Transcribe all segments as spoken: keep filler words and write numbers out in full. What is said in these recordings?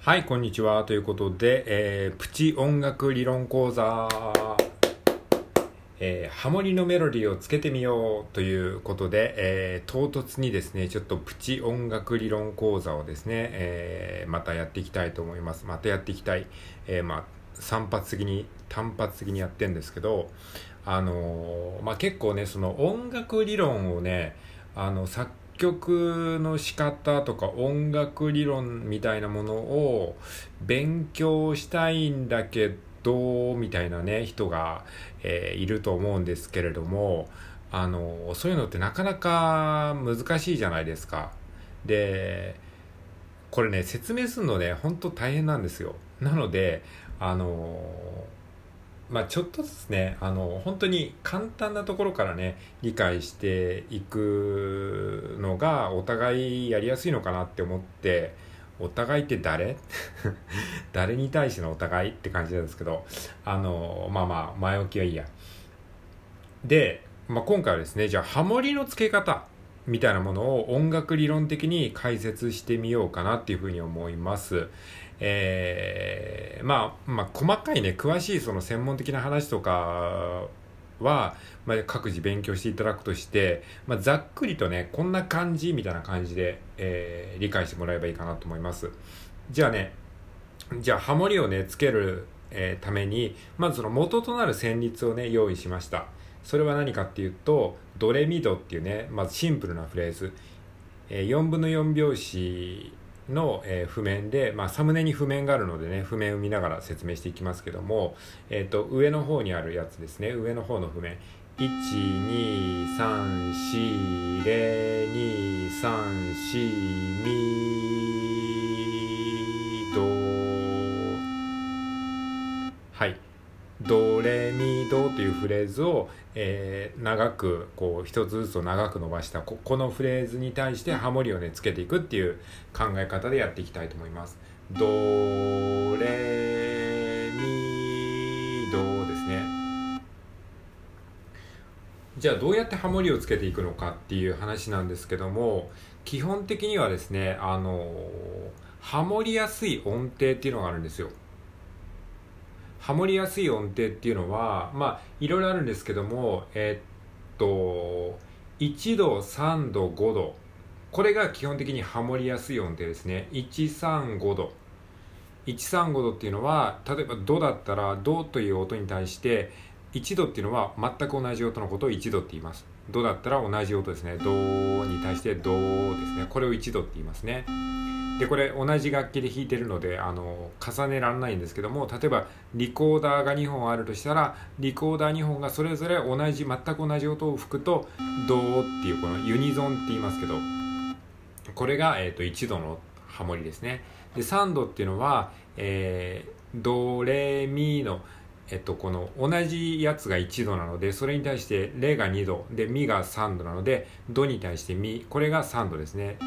はい、こんにちは。ということで、えープチ音楽理論講座、えーハモリのメロディーをつけてみようということで、えー唐突にですね、ちょっとプチ音楽理論講座をですね、えーまたやっていきたいと思います。またやっていきたい。えーまあ、散発的に、単発的にやってるんですけど、あのーまあ、結構ね、その音楽理論をね、あの、作曲の仕方とか音楽理論みたいなものを勉強したいんだけどみたいなね人が、えーいると思うんですけれども、あのそういうのってなかなか難しいじゃないですか。でこれね、説明するのね本当大変なんですよ。なのであのまあちょっとずつね、あの本当に簡単なところからね理解していくのがお互いやりやすいのかなって思って、お互いって誰誰に対してのお互いって感じなんですけど、あのまあまあ前置きはいいや。で、まあ、今回はですね、じゃあハモリの付け方みたいなものを音楽理論的に解説してみようかなっていうふうに思います。えー、まあ、まあ、細かいね、詳しいその専門的な話とかは、まあ、各自勉強していただくとして、まあ、ざっくりとね、こんな感じみたいな感じで、えー理解してもらえばいいかなと思います。じゃあね、じゃあハモリをねつける、えーためにまずその元となる旋律をね用意しました。それは何かっていうと、ドレミドっていうね、まずシンプルなフレーズ、えー、よんぶんのよん拍子の、えー譜面で、まあ、サムネに譜面があるのでね、譜面を見ながら説明していきますけども、えー、と上の方にあるやつですね、上の方の譜面、いちにさんしれにさんしミド、はい、ドレミドというフレーズを、えー長くこう一つずつを長く伸ばしたここのフレーズに対してハモリをねつけていくっていう考え方でやっていきたいと思います。ドレミドですね。じゃあどうやってハモリをつけていくのかっていう話なんですけども、基本的にはですね、あのハモりやすい音程っていうのがあるんですよ。ハモりやすい音程っていうのはまあいろいろあるんですけども、えーっといちど、さんど、ごど、これが基本的にハモりやすい音程ですね。いちさんごど、いちさんごどっていうのは、例えばドだったらドという音に対していちどっていうのは全く同じ音のことをいちどって言います。ドだったら同じ音ですね。ドに対してドですね。これをいちどって言いますね。でこれ同じ楽器で弾いてるのであの重ねられないんですけども、例えばリコーダーがにほんあるとしたら、リコーダーにほんがそれぞれ同じ全く同じ音を吹くとドっていうこのユニゾンって言いますけど、これが、えー、といちどのハモリですね。でさんどっていうのは、えー、ドレミのえっと、この同じやつがいちどなので、それに対してレがにどでミがさんどなので、ドに対してミ、これがさんどですね。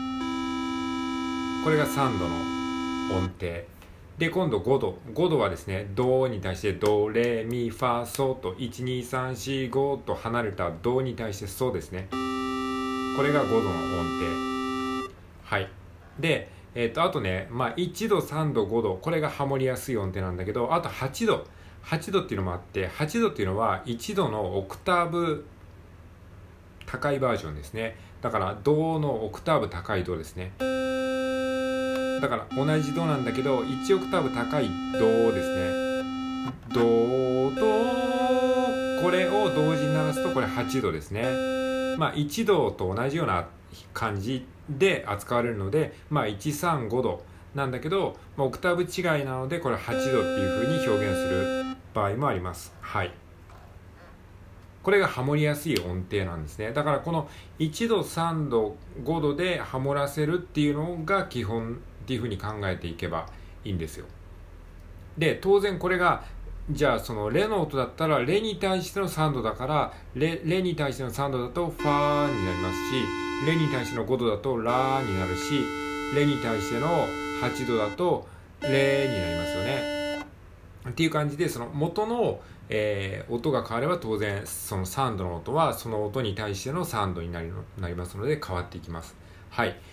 これがさんどの音程で、今度ごど、ごどはですね、ドに対してドレミファソといちにさんしごと離れたドに対してソですね。これがごどの音程。はい。で、えっとあとね、まあ、いちど、さんど、ごど、これがハモりやすい音程なんだけど、あとはちど、はちどっていうのもあって、はちどっていうのはいちどのオクターブ高いバージョンですね。だからドのオクターブ高いドですね。だから同じドなんだけどいちオクターブ高いドですね。ドとこれを同時に鳴らすとこれはちどですね。まあいちどと同じような感じで扱われるので、まあいちさんごどなんだけど、まあ、オクターブ違いなのでこれはちどっていう風に表現する場合もあります。はい。これがハモりやすい音程なんですね。だからこのいちど、さんど、ごどでハモらせるっていうのが基本っていうふうに考えていけばいいんですよ。で、当然これがじゃあそのレの音だったらレに対してのさんどだからレ、レに対してのさんどだとファーになりますし、レに対してのごどだとラーになるし、レに対してのはちどだとレになりますよね。っていう感じで、その元の、えー、音が変われば当然そのさんどの音はその音に対してのさんどになり、なりますので変わっていきます。はい。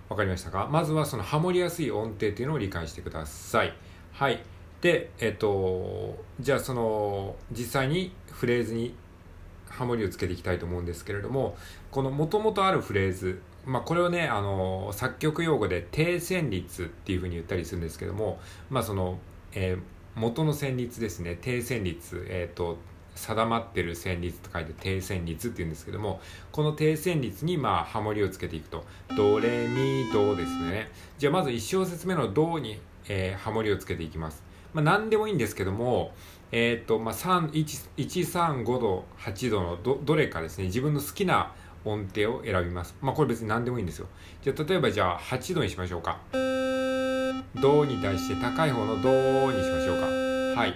わかりましたか？まずはそのハモりやすい音程っていうのを理解してください。はい。で、えっと、じゃあその、実際にフレーズにハモリをつけていきたいと思うんですけれども、この元々あるフレーズ、まあこれをね、あの、作曲用語で低旋律っていうふうに言ったりするんですけども、まあその、えー、元の旋律ですね、低旋律、えっと、定まってる旋律と書いて低旋律って言うんですけども、この低旋律にまあハモリをつけていくと、ドレミドですね。じゃあまずいち小節目のドに、えー、ハモリをつけていきます。まあ何でもいいんですけども、えー、っとまあいちさんごどはちどの ど, どれかですね、自分の好きな音程を選びます。まあこれ別に何でもいいんですよ。じゃあ例えばじゃあはちどにしましょうか。ドに対して高い方のドにしましょうか。はい。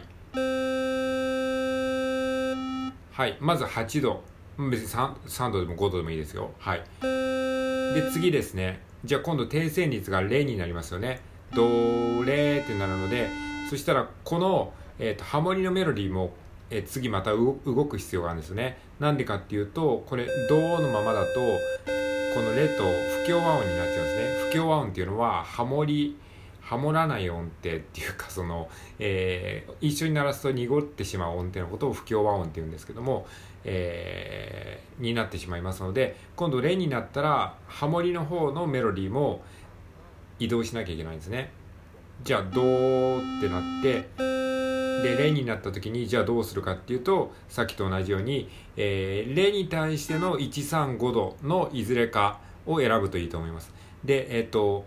はい。まずはちど。別に 3, さんどでもごどでもいいですよ。はい。で、次ですね。じゃあ今度低旋律がレになりますよね。ドレってなるので、そしたらこの、えー、とハモリのメロディーも、えー、次また動く必要があるんですよね。なんでかっていうと、これドのままだと、このレと不協和音になっちゃうんですね。不協和音っていうのはハモリ、ハモらない音程っていうか、その、えー、一緒に鳴らすと濁ってしまう音程のことを不協和音っていうんですけども、えー、になってしまいますので、今度レになったらハモリの方のメロディーも移動しなきゃいけないんですね。じゃあドーってなって、でレになった時にじゃあどうするかっていうと、さっきと同じように、えー、レに対してのいちさんごどのいずれかを選ぶといいと思います。で、えっと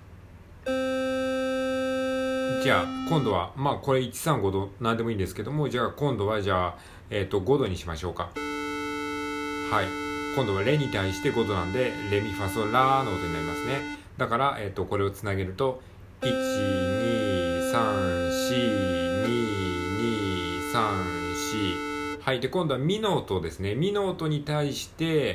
じゃあ今度はまあこれいちさんごどなんでもいいんですけども、じゃあ今度はじゃあ、えっとごどにしましょうか。はい。今度はレに対してごどなんで、レミファソラーの音になりますね。だから、えっとこれをつなげるといちにさんしににさんし、はい。で今度はミの音ですね。ミの音に対して、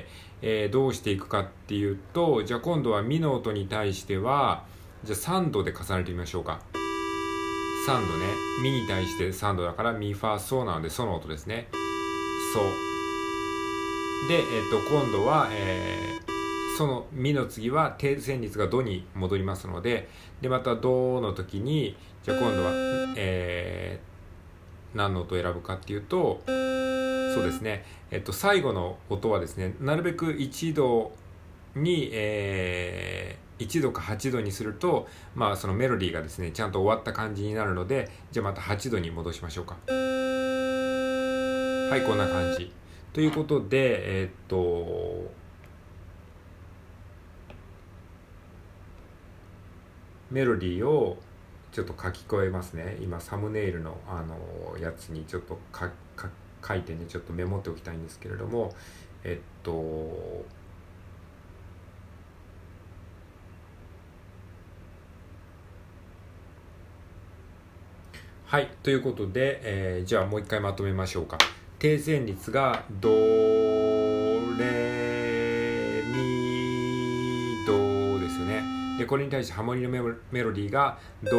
えー、どうしていくかっていうと、じゃあ今度はミの音に対してはじゃあさんどで重ねてみましょうか。さんどね。ミに対してさんどだからミファソなのでソの音ですね。ソ。で、えっと、今度は、えー、そのミの次は低旋律がドに戻りますので、で、またドの時に、じゃあ今度は、えー、何の音を選ぶかっていうと、そうですね、えっと、最後の音はですね、なるべくいちどに、えー、いちどかはちどにすると、まあそのメロディーがですね、ちゃんと終わった感じになるので、じゃあまたはちどに戻しましょうか。はい、こんな感じ。ということで、えー、っと、メロディーをちょっと書き加えますね。今、サムネイルの、あのやつにちょっとかか書いてね、ちょっとメモっておきたいんですけれども、えっと、はい。ということで、えー、じゃあもう一回まとめましょうか。低旋律がド、レ、ミ、ドですよね。で、これに対してハモリのメロディーがド、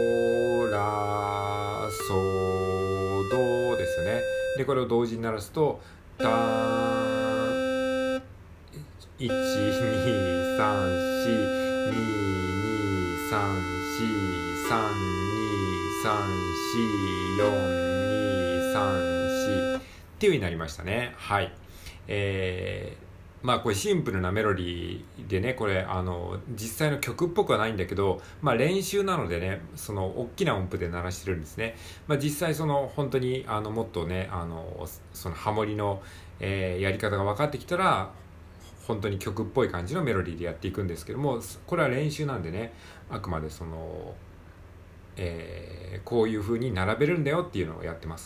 ラ、ソ、ドですよね。で、これを同時に鳴らすと、ターン、いち、に、さん、し、に、に、さん、し、さん、に、さん、し、よん、に、さん、しっていう風になりましたね。はい。えー、まあこれシンプルなメロディーでね、これあの実際の曲っぽくはないんだけど、まあ練習なのでね、その大きな音符で鳴らしてるんですね。まあ実際その本当にあのもっとね、あのそのハモリの、えー、やり方が分かってきたら、本当に曲っぽい感じのメロディーでやっていくんですけども、これは練習なんでね、あくまでその、えー、こういう風に並べるんだよっていうのをやってます。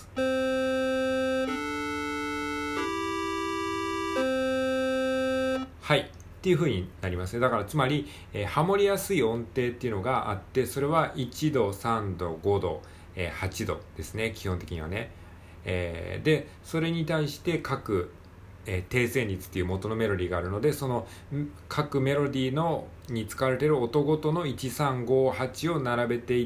はい。っていう風になりますね。だからつまり、えー、ハモりやすい音程っていうのがあって、それはいちど、さんど、ごど、えー、はちどですね。基本的にはね。えー、で、それに対して各、 えー、低旋律っていう元のメロディーがあるので、その各メロディーのに使われている音ごとのいちさんごはちを並べていって、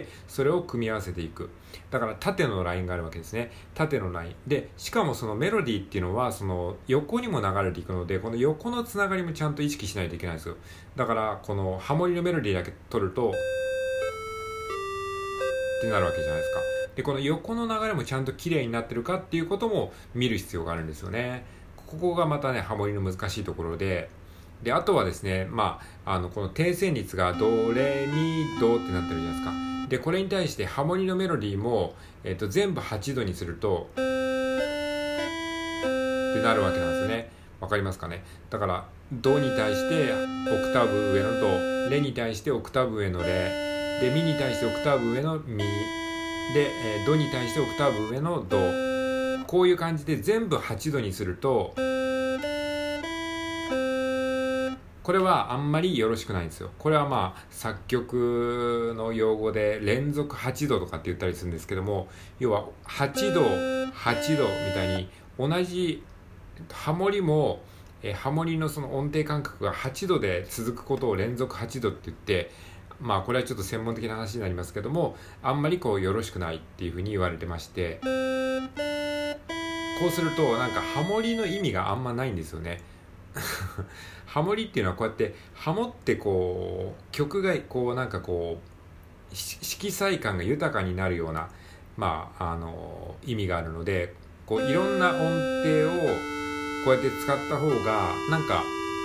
それを組み合わせていく。だから縦のラインがあるわけですね。縦のラインで、しかもそのメロディーっていうのはその横にも流れていくので、この横のつながりもちゃんと意識しないといけないんですよ。だからこのハモリのメロディーだけ取るとってなるわけじゃないですか。でこの横の流れもちゃんと綺麗になってるかっていうことも見る必要があるんですよね。ここがまたねハモリの難しいところで、であとはですね、まあ、あのこの低旋律がドレミドってなってるじゃないですか。でこれに対してハモリのメロディーも、えー、と全部はちどにするとってなるわけなんですよね。わかりますかね。だからドに対してオクターブ上のド、レに対してオクターブ上のレで、ミに対してオクターブ上のミで、えー、ドに対してオクターブ上のド、こういう感じで全部はちどにすると、これはあんまりよろしくないんですよ。これはまあ作曲の用語で連続はちどとかって言ったりするんですけども、要ははちどはちどみたいに同じハモリも、えー、ハモリのその音程間隔がはちどで続くことを連続はちどって言って、まあこれはちょっと専門的な話になりますけども、あんまりこうよろしくないっていうふうに言われてまして、こうするとなんかハモリの意味があんまないんですよね。ハモリっていうのはこうやってハモってこう曲がこうなんかこう色彩感が豊かになるような、まああの意味があるので、こういろんな音程をこうやって使った方がなんか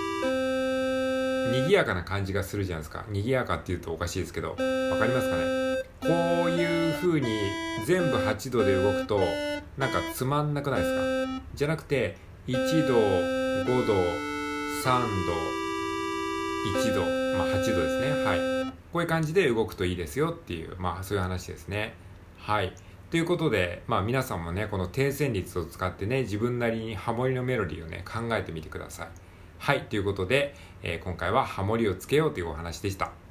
賑やかな感じがするじゃないですか。賑やかっていうとおかしいですけど、わかりますかね。こういう風に全部はちどで動くとなんかつまんなくないですか。じゃなくていちど、ごど、さんど、いちど、まあはちどですね。はい。こういう感じで動くといいですよっていう、まあそういう話ですね。はい。ということで、まあ皆さんもね、この低旋律を使ってね、自分なりにハモリのメロディーをね、考えてみてください。はい。ということで、えー、今回はハモリをつけようというお話でした。